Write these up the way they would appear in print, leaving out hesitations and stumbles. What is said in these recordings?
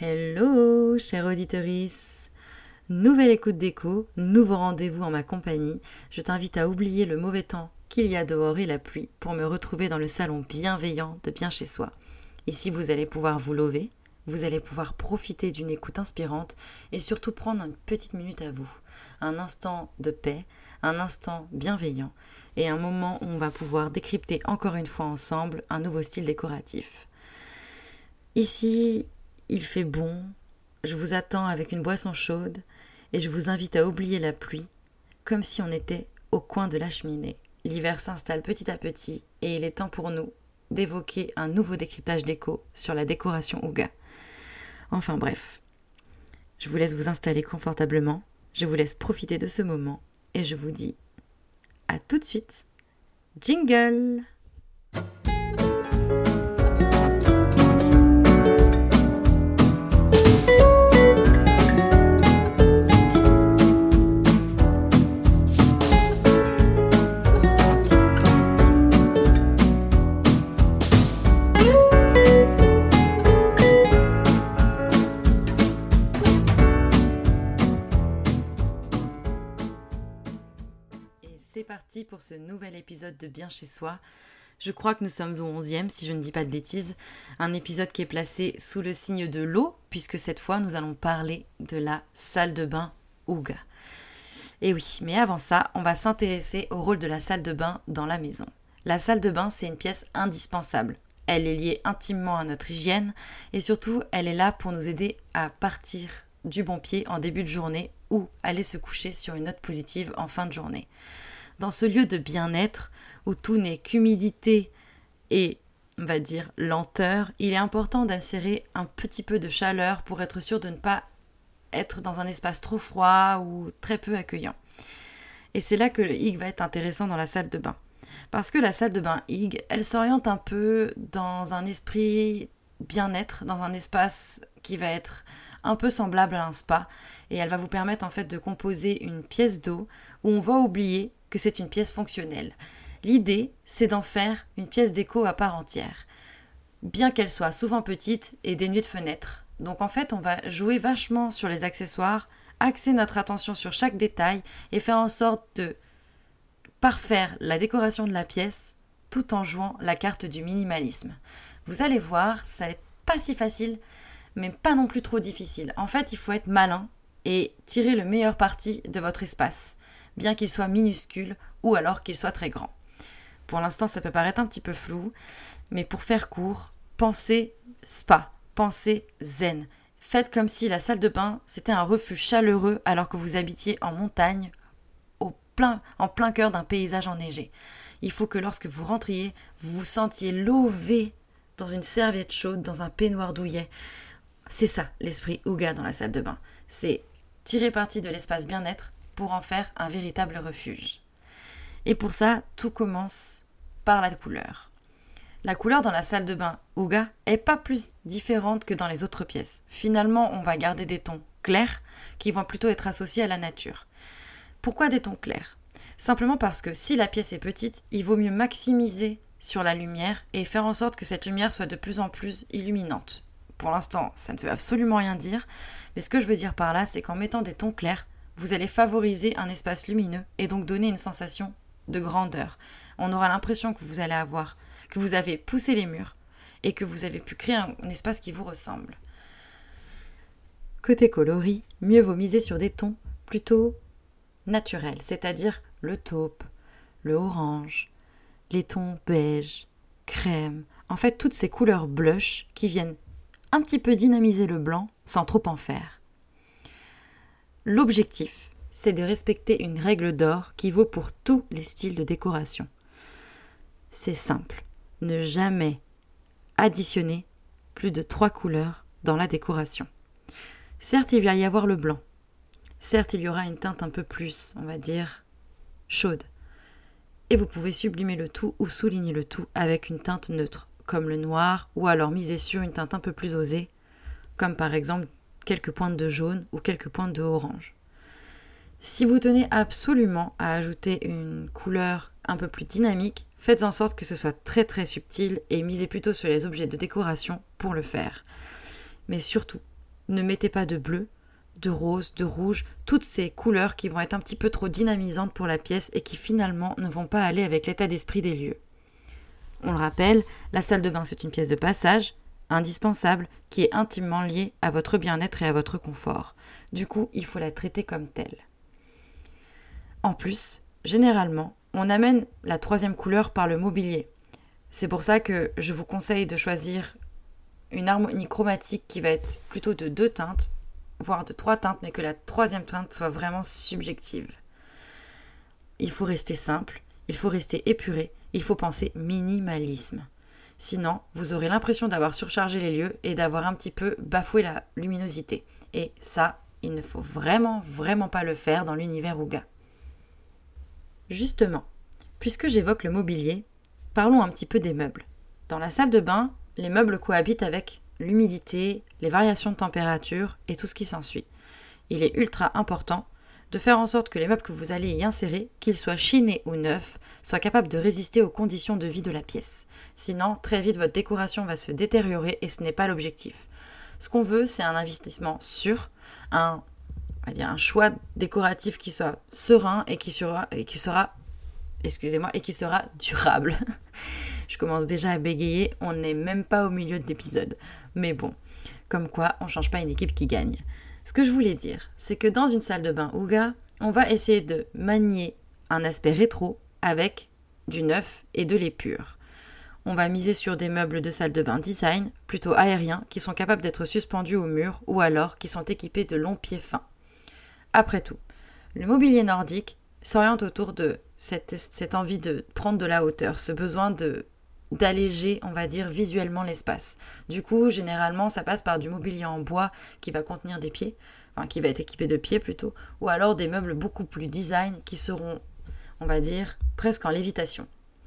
Hello, chère auditorice. Nouvelle écoute d'écho, nouveau rendez-vous en ma compagnie. Je t'invite à oublier le mauvais temps qu'il y a dehors et la pluie pour me retrouver dans le salon bienveillant de Bien chez soi. Ici, vous allez pouvoir vous lever, vous allez pouvoir profiter d'une écoute inspirante et surtout prendre une petite minute à vous. Un instant de paix, un instant bienveillant et un moment où on va pouvoir décrypter encore une fois ensemble un nouveau style décoratif. Ici, il fait bon, je vous attends avec une boisson chaude et je vous invite à oublier la pluie, comme si on était au coin de la cheminée. L'hiver s'installe petit à petit et il est temps pour nous d'évoquer un nouveau décryptage déco sur la décoration Ouga. Enfin bref, je vous laisse vous installer confortablement, je vous laisse profiter de ce moment et je vous dis à tout de suite. Jingle! C'est parti pour ce nouvel épisode de Bien chez soi. Je crois que nous sommes au 11e, si je ne dis pas de bêtises. Un épisode qui est placé sous le signe de l'eau, puisque cette fois, nous allons parler de la salle de bain Ouga. Et oui, mais avant ça, on va s'intéresser au rôle de la salle de bain dans la maison. La salle de bain, c'est une pièce indispensable. Elle est liée intimement à notre hygiène et surtout, elle est là pour nous aider à partir du bon pied en début de journée ou aller se coucher sur une note positive en fin de journée. Dans ce lieu de bien-être, où tout n'est qu'humidité et, on va dire, lenteur, il est important d'insérer un petit peu de chaleur pour être sûr de ne pas être dans un espace trop froid ou très peu accueillant. Et c'est là que le hic va être intéressant dans la salle de bain. Parce que la salle de bain hic, elle s'oriente un peu dans un esprit bien-être, dans un espace qui va être un peu semblable à un spa. Et elle va vous permettre en fait de composer une pièce d'eau où on va oublier que c'est une pièce fonctionnelle. L'idée, c'est d'en faire une pièce déco à part entière, bien qu'elle soit souvent petite et dénuée de fenêtres. Donc en fait, on va jouer vachement sur les accessoires, axer notre attention sur chaque détail et faire en sorte de parfaire la décoration de la pièce tout en jouant la carte du minimalisme. Vous allez voir, ça n'est pas si facile, mais pas non plus trop difficile. En fait, il faut être malin et tirer le meilleur parti de votre espace, bien qu'il soit minuscule ou alors qu'il soit très grand. Pour l'instant, ça peut paraître un petit peu flou, mais pour faire court, pensez spa, pensez zen. Faites comme si la salle de bain, c'était un refuge chaleureux alors que vous habitiez en montagne, en plein cœur d'un paysage enneigé. Il faut que lorsque vous rentriez, vous vous sentiez lové dans une serviette chaude, dans un peignoir douillet. C'est ça, l'esprit Ouga dans la salle de bain. C'est tirer parti de l'espace bien-être pour en faire un véritable refuge. Et pour ça, tout commence par la couleur. La couleur dans la salle de bain Ouga est pas plus différente que dans les autres pièces. Finalement, on va garder des tons clairs qui vont plutôt être associés à la nature. Pourquoi des tons clairs ? Simplement parce que si la pièce est petite, il vaut mieux maximiser sur la lumière et faire en sorte que cette lumière soit de plus en plus illuminante. Pour l'instant, ça ne veut absolument rien dire, mais ce que je veux dire par là, c'est qu'en mettant des tons clairs, vous allez favoriser un espace lumineux et donc donner une sensation de grandeur. On aura l'impression que vous avez poussé les murs et que vous avez pu créer un espace qui vous ressemble. Côté coloris, mieux vaut miser sur des tons plutôt naturels, c'est-à-dire le taupe, le orange, les tons beige, crème, en fait toutes ces couleurs blush qui viennent un petit peu dynamiser le blanc sans trop en faire. L'objectif, c'est de respecter une règle d'or qui vaut pour tous les styles de décoration. C'est simple, ne jamais additionner plus de 3 couleurs dans la décoration. Certes, il va y avoir le blanc. Certes, il y aura une teinte un peu plus, on va dire, chaude. Et vous pouvez sublimer le tout ou souligner le tout avec une teinte neutre, comme le noir, ou alors miser sur une teinte un peu plus osée, comme par exemple quelques pointes de jaune ou quelques pointes de orange. Si vous tenez absolument à ajouter une couleur un peu plus dynamique, faites en sorte que ce soit très très subtil et misez plutôt sur les objets de décoration pour le faire. Mais surtout, ne mettez pas de bleu, de rose, de rouge, toutes ces couleurs qui vont être un petit peu trop dynamisantes pour la pièce et qui finalement ne vont pas aller avec l'état d'esprit des lieux. On le rappelle, la salle de bain c'est une pièce de passage, indispensable, qui est intimement liée à votre bien-être et à votre confort. Du coup, il faut la traiter comme telle. En plus, généralement, on amène la troisième couleur par le mobilier. C'est pour ça que je vous conseille de choisir une harmonie chromatique qui va être plutôt de 2 teintes, voire de 3 teintes, mais que la troisième teinte soit vraiment subjective. Il faut rester simple, il faut rester épuré, il faut penser minimalisme. Sinon, vous aurez l'impression d'avoir surchargé les lieux et d'avoir un petit peu bafoué la luminosité. Et ça, il ne faut vraiment pas le faire dans l'univers Ouga. Justement, puisque j'évoque le mobilier, parlons un petit peu des meubles. Dans la salle de bain, les meubles cohabitent avec l'humidité, les variations de température et tout ce qui s'ensuit. Il est ultra important de faire en sorte que les meubles que vous allez y insérer, qu'ils soient chinés ou neufs, soient capables de résister aux conditions de vie de la pièce. Sinon, très vite, votre décoration va se détériorer et ce n'est pas l'objectif. Ce qu'on veut, c'est un investissement sûr, un choix décoratif qui soit serein et qui sera durable. Je commence déjà à bégayer, on n'est même pas au milieu de l'épisode. Mais bon, comme quoi, on ne change pas une équipe qui gagne. Ce que je voulais dire, c'est que dans une salle de bain Ouga, on va essayer de manier un aspect rétro avec du neuf et de l'épure. On va miser sur des meubles de salle de bain design, plutôt aériens, qui sont capables d'être suspendus au mur ou alors qui sont équipés de longs pieds fins. Après tout, le mobilier nordique s'oriente autour de cette envie de prendre de la hauteur, ce besoin d'alléger, on va dire, visuellement l'espace. Du coup, généralement, ça passe par du mobilier en bois qui va contenir des pieds, qui va être équipé de pieds plutôt, ou alors des meubles beaucoup plus design qui seront, on va dire, presque en lévitation.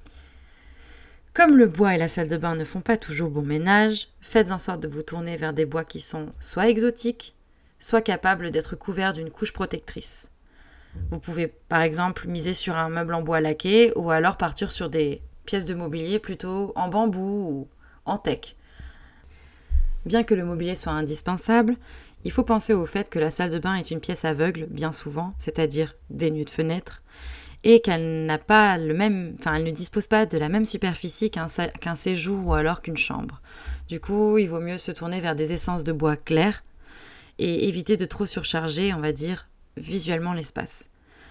Comme le bois et la salle de bain ne font pas toujours bon ménage, faites en sorte de vous tourner vers des bois qui sont soit exotiques, soit capables d'être couverts d'une couche protectrice. Vous pouvez par exemple miser sur un meuble en bois laqué ou alors partir sur des pièces de mobilier plutôt en bambou ou en teck. Bien que le mobilier soit indispensable, il faut penser au fait que la salle de bain est une pièce aveugle bien souvent, c'est-à-dire dénuée de fenêtres, et qu'elle n'a pas elle ne dispose pas de la même superficie qu'un séjour ou alors qu'une chambre. Du coup, il vaut mieux se tourner vers des essences de bois clairs et éviter de trop surcharger, on va dire, visuellement l'espace.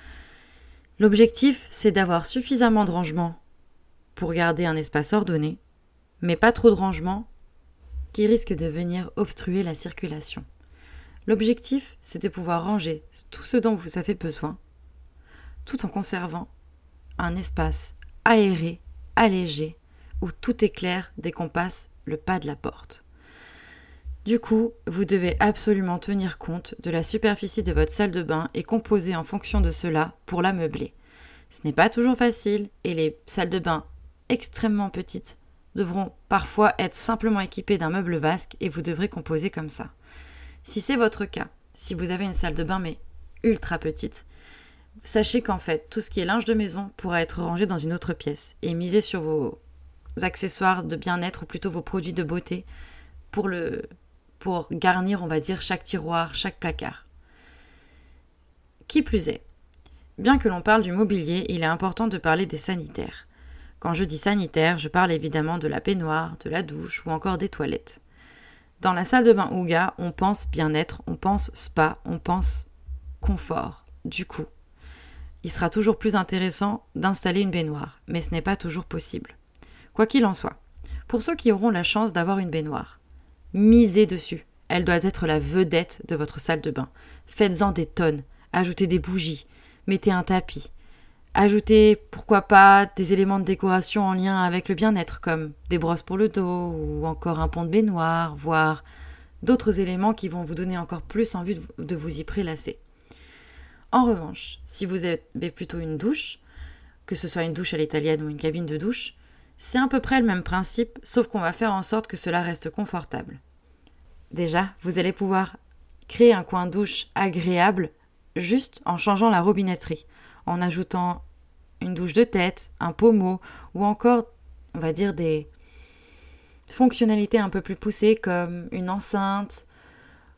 L'objectif, c'est d'avoir suffisamment de rangement pour garder un espace ordonné, mais pas trop de rangement qui risque de venir obstruer la circulation. L'objectif, c'est de pouvoir ranger tout ce dont vous avez besoin, tout en conservant un espace aéré, allégé, où tout est clair dès qu'on passe le pas de la porte. Du coup, vous devez absolument tenir compte de la superficie de votre salle de bain et composer en fonction de cela pour la meubler. Ce n'est pas toujours facile et les salles de bain extrêmement petites devront parfois être simplement équipées d'un meuble vasque et vous devrez composer comme ça. Si c'est votre cas, si vous avez une salle de bain mais ultra petite, sachez qu'en fait, tout ce qui est linge de maison pourra être rangé dans une autre pièce et misez sur vos accessoires de bien-être ou plutôt vos produits de beauté pour garnir, on va dire, chaque tiroir, chaque placard. Qui plus est, bien que l'on parle du mobilier, il est important de parler des sanitaires. Quand je dis sanitaire, je parle évidemment de la baignoire, de la douche ou encore des toilettes. Dans la salle de bain Ouga, on pense bien-être, on pense spa, on pense confort. Du coup, il sera toujours plus intéressant d'installer une baignoire, mais ce n'est pas toujours possible. Quoi qu'il en soit, pour ceux qui auront la chance d'avoir une baignoire, misez dessus. Elle doit être la vedette de votre salle de bain. Faites-en des tonnes. Ajoutez des bougies. Mettez un tapis. Ajoutez, pourquoi pas, des éléments de décoration en lien avec le bien-être, comme des brosses pour le dos, ou encore un pont de baignoire, voire d'autres éléments qui vont vous donner encore plus envie de vous y prélasser. En revanche, si vous avez plutôt une douche, que ce soit une douche à l'italienne ou une cabine de douche, c'est à peu près le même principe, sauf qu'on va faire en sorte que cela reste confortable. Déjà, vous allez pouvoir créer un coin douche agréable juste en changeant la robinetterie, en ajoutant une douche de tête, un pommeau ou encore, on va dire, des fonctionnalités un peu plus poussées comme une enceinte,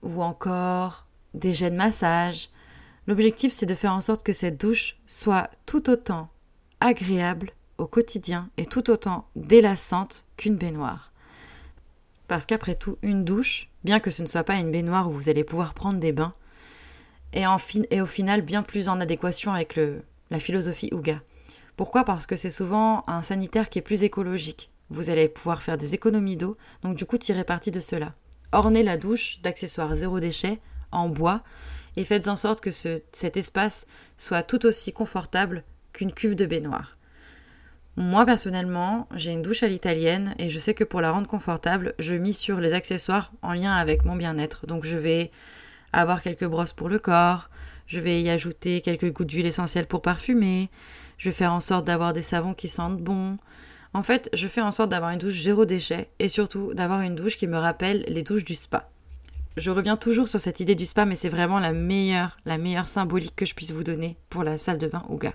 ou encore des jets de massage. L'objectif, c'est de faire en sorte que cette douche soit tout autant agréable au quotidien et tout autant délassante qu'une baignoire. Parce qu'après tout, une douche, bien que ce ne soit pas une baignoire où vous allez pouvoir prendre des bains, est au final bien plus en adéquation avec la philosophie Hygge. Pourquoi ? Parce que c'est souvent un sanitaire qui est plus écologique. Vous allez pouvoir faire des économies d'eau, donc du coup tirez parti de cela. Ornez la douche d'accessoires zéro déchet, en bois, et faites en sorte que cet espace soit tout aussi confortable qu'une cuve de baignoire. Moi personnellement, j'ai une douche à l'italienne et je sais que pour la rendre confortable, je mise sur les accessoires en lien avec mon bien-être. Donc je vais avoir quelques brosses pour le corps, je vais y ajouter quelques gouttes d'huile essentielle pour parfumer, je vais faire en sorte d'avoir des savons qui sentent bon. En fait, je fais en sorte d'avoir une douche zéro déchet et surtout d'avoir une douche qui me rappelle les douches du spa. Je reviens toujours sur cette idée du spa, mais c'est vraiment la meilleure symbolique que je puisse vous donner pour la salle de bain Hygge.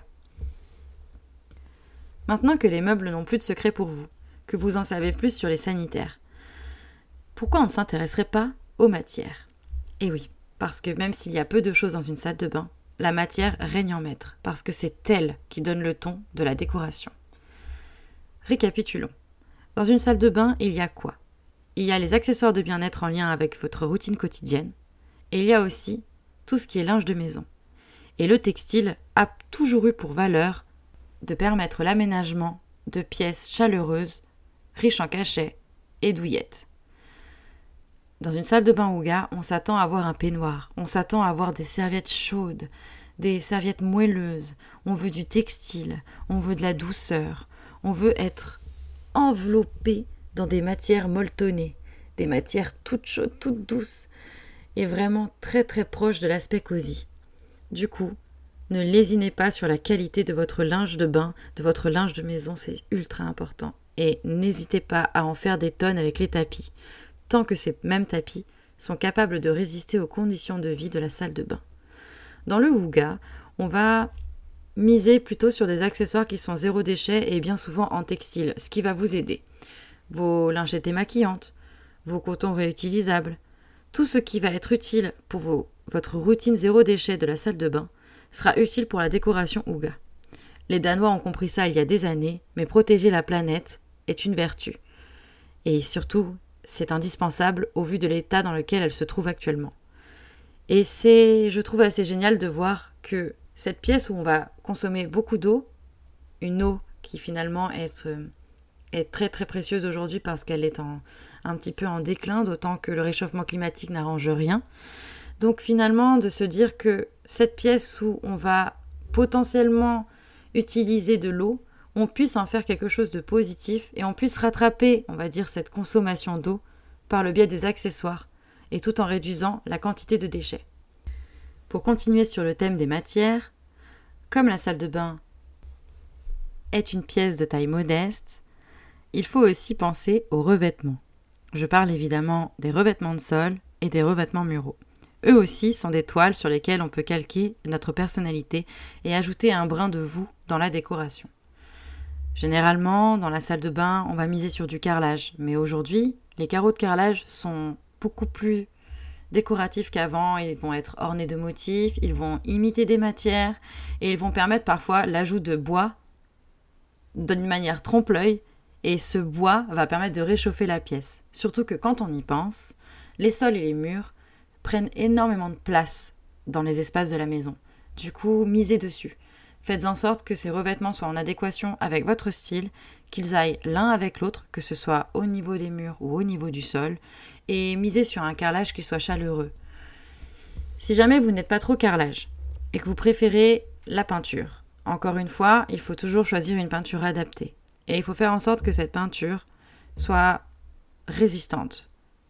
Maintenant que les meubles n'ont plus de secret pour vous, que vous en savez plus sur les sanitaires, pourquoi on ne s'intéresserait pas aux matières ? Eh oui, parce que même s'il y a peu de choses dans une salle de bain, la matière règne en maître, parce que c'est elle qui donne le ton de la décoration. Récapitulons. Dans une salle de bain, il y a quoi ? Il y a les accessoires de bien-être en lien avec votre routine quotidienne, et il y a aussi tout ce qui est linge de maison. Et le textile a toujours eu pour valeur de permettre l'aménagement de pièces chaleureuses, riches en cachets et douillettes. Dans une salle de bain Hygge, on s'attend à voir un peignoir, on s'attend à voir des serviettes chaudes, des serviettes moelleuses, on veut du textile, on veut de la douceur, on veut être enveloppé dans des matières molletonnées, des matières toutes chaudes, toutes douces, et vraiment très très proches de l'aspect cosy. Du coup, ne lésinez pas sur la qualité de votre linge de bain, de votre linge de maison, c'est ultra important. Et n'hésitez pas à en faire des tonnes avec les tapis, tant que ces mêmes tapis sont capables de résister aux conditions de vie de la salle de bain. Dans le Hygge, on va miser plutôt sur des accessoires qui sont zéro déchet et bien souvent en textile, ce qui va vous aider. Vos lingettes démaquillantes, vos cotons réutilisables, tout ce qui va être utile pour votre routine zéro déchet de la salle de bain sera utile pour la décoration Hygge. Les Danois ont compris ça il y a des années, mais protéger la planète est une vertu. Et surtout, c'est indispensable au vu de l'état dans lequel elle se trouve actuellement. Et c'est, je trouve assez génial de voir que cette pièce où on va consommer beaucoup d'eau, une eau qui finalement est très très précieuse aujourd'hui parce qu'elle est un petit peu en déclin, d'autant que le réchauffement climatique n'arrange rien. Donc finalement, de se dire que cette pièce où on va potentiellement utiliser de l'eau, on puisse en faire quelque chose de positif et on puisse rattraper, on va dire, cette consommation d'eau par le biais des accessoires et tout en réduisant la quantité de déchets. Pour continuer sur le thème des matières, comme la salle de bain est une pièce de taille modeste, il faut aussi penser aux revêtements. Je parle évidemment des revêtements de sol et des revêtements muraux. Eux aussi sont des toiles sur lesquelles on peut calquer notre personnalité et ajouter un brin de vous dans la décoration. Généralement, dans la salle de bain, on va miser sur du carrelage, mais aujourd'hui, les carreaux de carrelage sont beaucoup plus décoratifs qu'avant, ils vont être ornés de motifs, ils vont imiter des matières et ils vont permettre parfois l'ajout de bois d'une manière trompe-l'œil et ce bois va permettre de réchauffer la pièce. Surtout que quand on y pense, les sols et les murs prennent énormément de place dans les espaces de la maison. Du coup, misez dessus. Faites en sorte que ces revêtements soient en adéquation avec votre style, qu'ils aillent l'un avec l'autre, que ce soit au niveau des murs ou au niveau du sol, et misez sur un carrelage qui soit chaleureux. Si jamais vous n'êtes pas trop carrelage et que vous préférez la peinture, encore une fois, il faut toujours choisir une peinture adaptée. Et il faut faire en sorte que cette peinture soit résistante.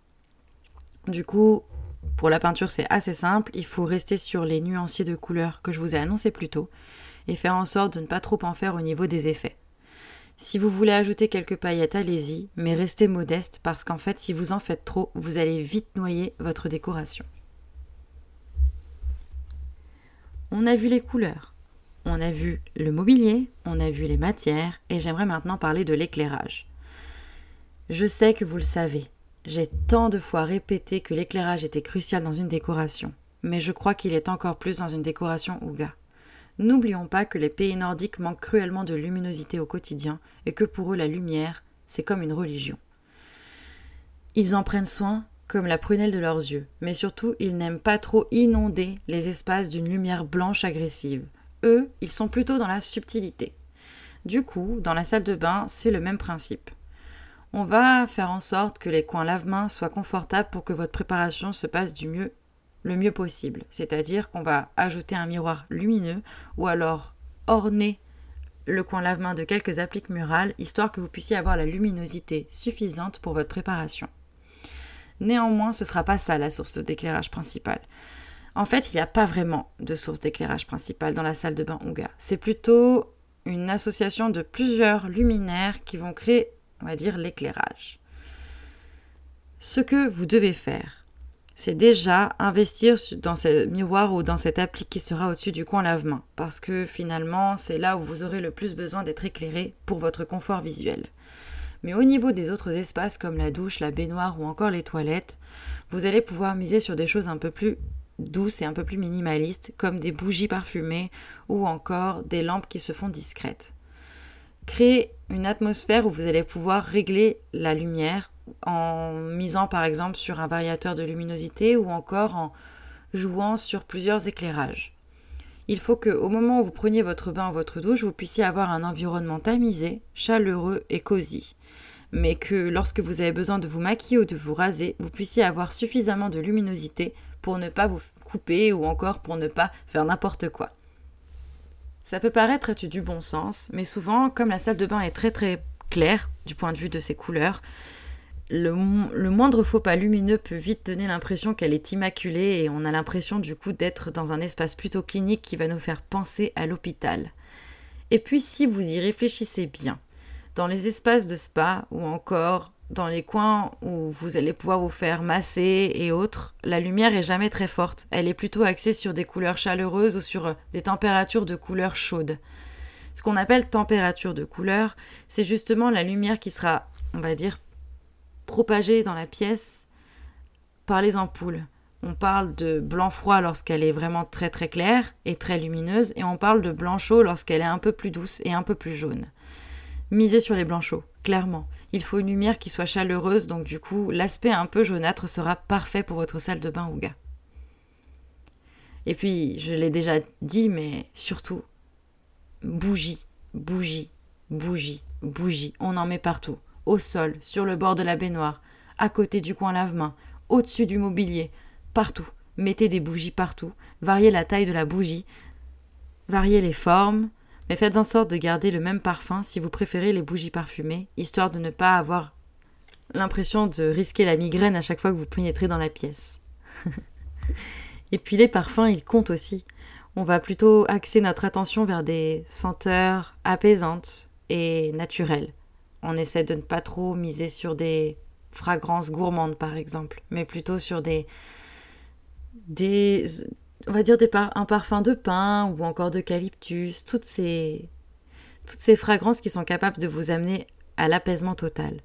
Du coup, pour la peinture, c'est assez simple. Il faut rester sur les nuanciers de couleurs que je vous ai annoncés plus tôt et faire en sorte de ne pas trop en faire au niveau des effets. Si vous voulez ajouter quelques paillettes, allez-y, mais restez modeste parce qu'en fait, si vous en faites trop, vous allez vite noyer votre décoration. On a vu les couleurs, on a vu le mobilier, on a vu les matières et j'aimerais maintenant parler de l'éclairage. Je sais que vous le savez, j'ai tant de fois répété que l'éclairage était crucial dans une décoration, mais je crois qu'il est encore plus dans une décoration Hygge. N'oublions pas que les pays nordiques manquent cruellement de luminosité au quotidien et que pour eux la lumière, c'est comme une religion. Ils en prennent soin comme la prunelle de leurs yeux, mais surtout ils n'aiment pas trop inonder les espaces d'une lumière blanche agressive. Eux, ils sont plutôt dans la subtilité. Du coup, dans la salle de bain, c'est le même principe. On va faire en sorte que les coins lave-mains soient confortables pour que votre préparation se passe le mieux possible. C'est-à-dire qu'on va ajouter un miroir lumineux ou alors orner le coin lave-mains de quelques appliques murales, histoire que vous puissiez avoir la luminosité suffisante pour votre préparation. Néanmoins, ce ne sera pas ça la source d'éclairage principale. En fait, il n'y a pas vraiment de source d'éclairage principale dans la salle de bain Hygge. C'est plutôt une association de plusieurs luminaires qui vont créer, on va dire, l'éclairage. Ce que vous devez faire, c'est déjà investir dans ce miroir ou dans cette applique qui sera au-dessus du coin lave-mains, parce que finalement, c'est là où vous aurez le plus besoin d'être éclairé pour votre confort visuel. Mais au niveau des autres espaces comme la douche, la baignoire ou encore les toilettes, vous allez pouvoir miser sur des choses un peu plus douces et un peu plus minimalistes, comme des bougies parfumées ou encore des lampes qui se font discrètes. Créez une atmosphère où vous allez pouvoir régler la lumière en misant par exemple sur un variateur de luminosité ou encore en jouant sur plusieurs éclairages. Il faut qu'au moment où vous preniez votre bain ou votre douche, vous puissiez avoir un environnement tamisé, chaleureux et cosy. Mais que lorsque vous avez besoin de vous maquiller ou de vous raser, vous puissiez avoir suffisamment de luminosité pour ne pas vous couper ou encore pour ne pas faire n'importe quoi. Ça peut paraître être du bon sens, mais souvent, comme la salle de bain est très très claire du point de vue de ses couleurs, le moindre faux pas lumineux peut vite donner l'impression qu'elle est immaculée et on a l'impression du coup d'être dans un espace plutôt clinique qui va nous faire penser à l'hôpital. Et puis si vous y réfléchissez bien, dans les espaces de spa ou encore dans les coins où vous allez pouvoir vous faire masser et autres, la lumière est jamais très forte. Elle est plutôt axée sur des couleurs chaleureuses ou sur des températures de couleurs chaudes. Ce qu'on appelle température de couleur, c'est justement la lumière qui sera, on va dire, propagée dans la pièce par les ampoules. On parle de blanc froid lorsqu'elle est vraiment très très claire et très lumineuse, et on parle de blanc chaud lorsqu'elle est un peu plus douce et un peu plus jaune. Misez sur les blancs chauds, clairement. Il faut une lumière qui soit chaleureuse, donc du coup, l'aspect un peu jaunâtre sera parfait pour votre salle de bain Hygge. Et puis, je l'ai déjà dit, mais surtout, bougies, bougies, bougies, bougies. On en met partout. Au sol, sur le bord de la baignoire, à côté du coin lave-mains, au-dessus du mobilier, partout. Mettez des bougies partout, variez la taille de la bougie, variez les formes, mais faites en sorte de garder le même parfum si vous préférez les bougies parfumées, histoire de ne pas avoir l'impression de risquer la migraine à chaque fois que vous pénétrez dans la pièce. Et puis les parfums, ils comptent aussi. On va plutôt axer notre attention vers des senteurs apaisantes et naturelles. On essaie de ne pas trop miser sur des fragrances gourmandes par exemple, mais plutôt sur on va dire un parfum de pin ou encore d'eucalyptus, toutes ces fragrances qui sont capables de vous amener à l'apaisement total.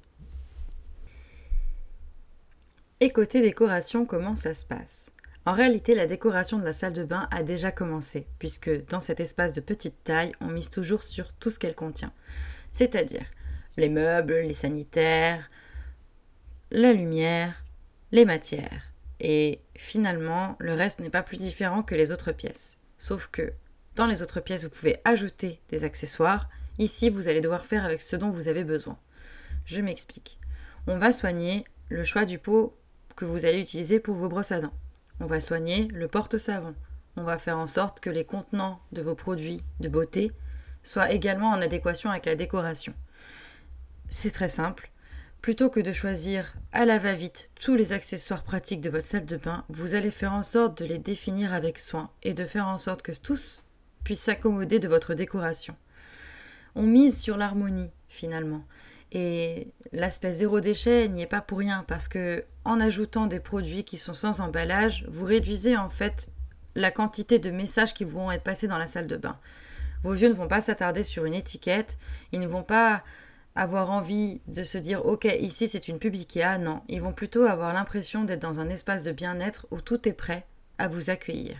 Et côté décoration, comment ça se passe ? En réalité, la décoration de la salle de bain a déjà commencé, puisque dans cet espace de petite taille, on mise toujours sur tout ce qu'elle contient. C'est-à-dire les meubles, les sanitaires, la lumière, les matières. Et finalement, le reste n'est pas plus différent que les autres pièces. Sauf que dans les autres pièces, vous pouvez ajouter des accessoires. Ici, vous allez devoir faire avec ce dont vous avez besoin. Je m'explique. On va soigner le choix du pot que vous allez utiliser pour vos brosses à dents. On va soigner le porte-savon. On va faire en sorte que les contenants de vos produits de beauté soient également en adéquation avec la décoration. C'est très simple. Plutôt que de choisir à la va-vite tous les accessoires pratiques de votre salle de bain, vous allez faire en sorte de les définir avec soin et de faire en sorte que tous puissent s'accommoder de votre décoration. On mise sur l'harmonie, finalement. Et l'aspect zéro déchet n'y est pas pour rien, parce que en ajoutant des produits qui sont sans emballage, vous réduisez en fait la quantité de messages qui vont être passés dans la salle de bain. Vos yeux ne vont pas s'attarder sur une étiquette, ils ne vont pas avoir envie de se dire « Ok, ici c'est une pub Ikea », non. Ils vont plutôt avoir l'impression d'être dans un espace de bien-être où tout est prêt à vous accueillir.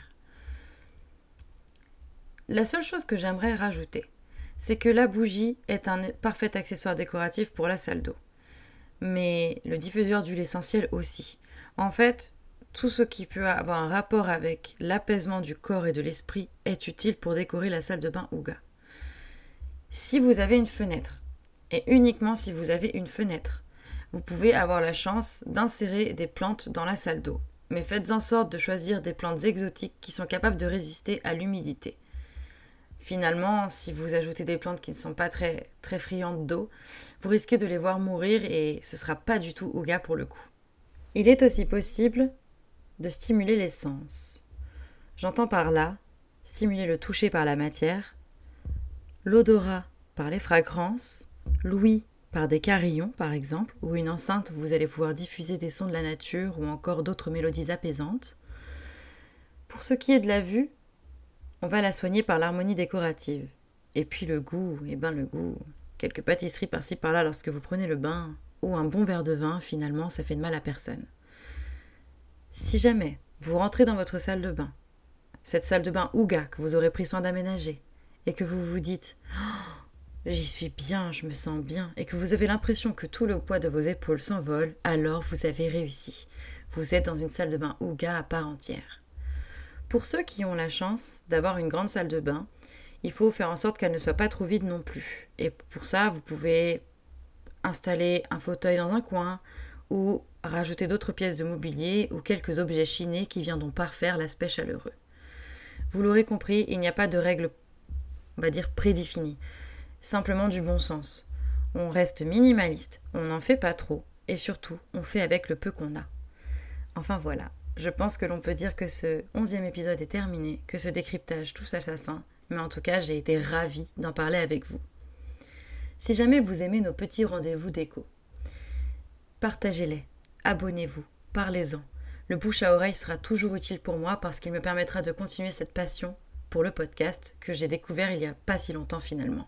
La seule chose que j'aimerais rajouter, c'est que la bougie est un parfait accessoire décoratif pour la salle d'eau. Mais le diffuseur d'huile essentielle aussi. En fait, tout ce qui peut avoir un rapport avec l'apaisement du corps et de l'esprit est utile pour décorer la salle de bain Ouga. Si vous avez une fenêtre, et uniquement si vous avez une fenêtre, vous pouvez avoir la chance d'insérer des plantes dans la salle d'eau. Mais faites en sorte de choisir des plantes exotiques qui sont capables de résister à l'humidité. Finalement, si vous ajoutez des plantes qui ne sont pas très friandes d'eau, vous risquez de les voir mourir et ce ne sera pas du tout Ouga pour le coup. Il est aussi possible de stimuler les sens. J'entends par là stimuler le toucher par la matière, l'odorat par les fragrances, l'ouïe par des carillons par exemple, ou une enceinte où vous allez pouvoir diffuser des sons de la nature ou encore d'autres mélodies apaisantes. Pour ce qui est de la vue, on va la soigner par l'harmonie décorative. Et puis le goût, le goût. Quelques pâtisseries par-ci par-là lorsque vous prenez le bain, ou un bon verre de vin, finalement, ça fait de mal à personne. Si jamais vous rentrez dans votre salle de bain, cette salle de bain Ouga que vous aurez pris soin d'aménager, et que vous vous dites oh, « j'y suis bien, je me sens bien », et que vous avez l'impression que tout le poids de vos épaules s'envole, alors vous avez réussi. Vous êtes dans une salle de bain Ouga à part entière. Pour ceux qui ont la chance d'avoir une grande salle de bain, il faut faire en sorte qu'elle ne soit pas trop vide non plus. Et pour ça, vous pouvez installer un fauteuil dans un coin ou rajouter d'autres pièces de mobilier ou quelques objets chinés qui viendront parfaire l'aspect chaleureux. Vous l'aurez compris, il n'y a pas de règle, on va dire, prédéfinie. Simplement du bon sens. On reste minimaliste, on n'en fait pas trop et surtout, on fait avec le peu qu'on a. Enfin voilà. Je pense que l'on peut dire que ce 11e épisode est terminé, que ce décryptage touche à sa fin, mais en tout cas, j'ai été ravie d'en parler avec vous. Si jamais vous aimez nos petits rendez-vous déco, partagez-les, abonnez-vous, parlez-en. Le bouche à oreille sera toujours utile pour moi parce qu'il me permettra de continuer cette passion pour le podcast que j'ai découvert il n'y a pas si longtemps finalement.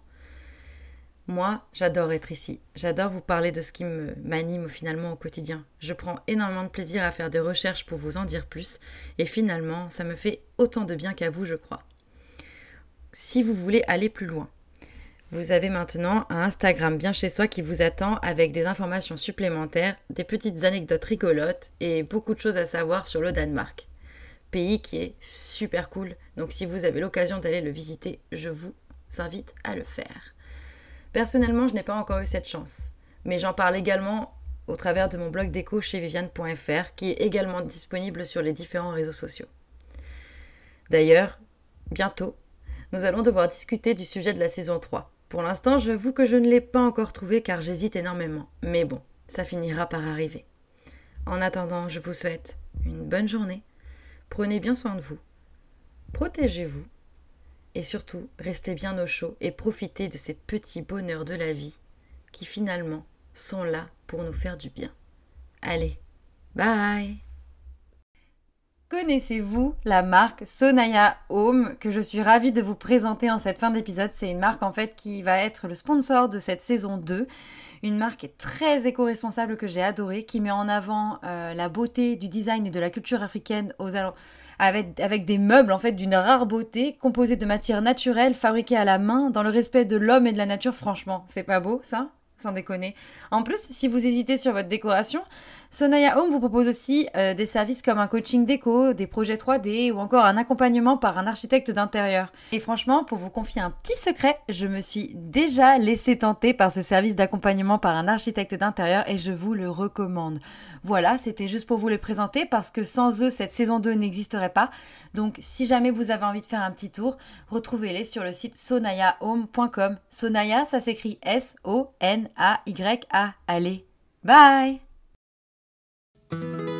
Moi, j'adore être ici. J'adore vous parler de ce qui m'anime finalement au quotidien. Je prends énormément de plaisir à faire des recherches pour vous en dire plus et finalement, ça me fait autant de bien qu'à vous, je crois. Si vous voulez aller plus loin, vous avez maintenant un Instagram bien chez soi qui vous attend avec des informations supplémentaires, des petites anecdotes rigolotes et beaucoup de choses à savoir sur le Danemark. Pays qui est super cool, donc si vous avez l'occasion d'aller le visiter, je vous invite à le faire. Personnellement, je n'ai pas encore eu cette chance, mais j'en parle également au travers de mon blog déco chez Viviane.fr qui est également disponible sur les différents réseaux sociaux. D'ailleurs, bientôt, nous allons devoir discuter du sujet de la saison 3. Pour l'instant, j'avoue que je ne l'ai pas encore trouvé car j'hésite énormément, mais bon, ça finira par arriver. En attendant, je vous souhaite une bonne journée, prenez bien soin de vous, protégez-vous, et surtout, restez bien au chaud et profitez de ces petits bonheurs de la vie qui finalement sont là pour nous faire du bien. Allez, bye! Connaissez-vous la marque Sonaya Home que je suis ravie de vous présenter en cette fin d'épisode? C'est une marque en fait qui va être le sponsor de cette saison 2. Une marque très éco-responsable que j'ai adorée, qui met en avant la beauté du design et de la culture africaine avec des meubles en fait d'une rare beauté, composés de matières naturelles, fabriquées à la main, dans le respect de l'homme et de la nature. Franchement, c'est pas beau ça? Sans déconner. En plus, si vous hésitez sur votre décoration, Sonaya Home vous propose aussi des services comme un coaching déco, des projets 3D ou encore un accompagnement par un architecte d'intérieur. Et franchement, pour vous confier un petit secret, je me suis déjà laissée tenter par ce service d'accompagnement par un architecte d'intérieur et je vous le recommande. Voilà, c'était juste pour vous les présenter parce que sans eux, cette saison 2 n'existerait pas. Donc, si jamais vous avez envie de faire un petit tour, retrouvez-les sur le site sonayahome.com. Sonaya, ça s'écrit S-O-N-A-Y-A. Allez, bye!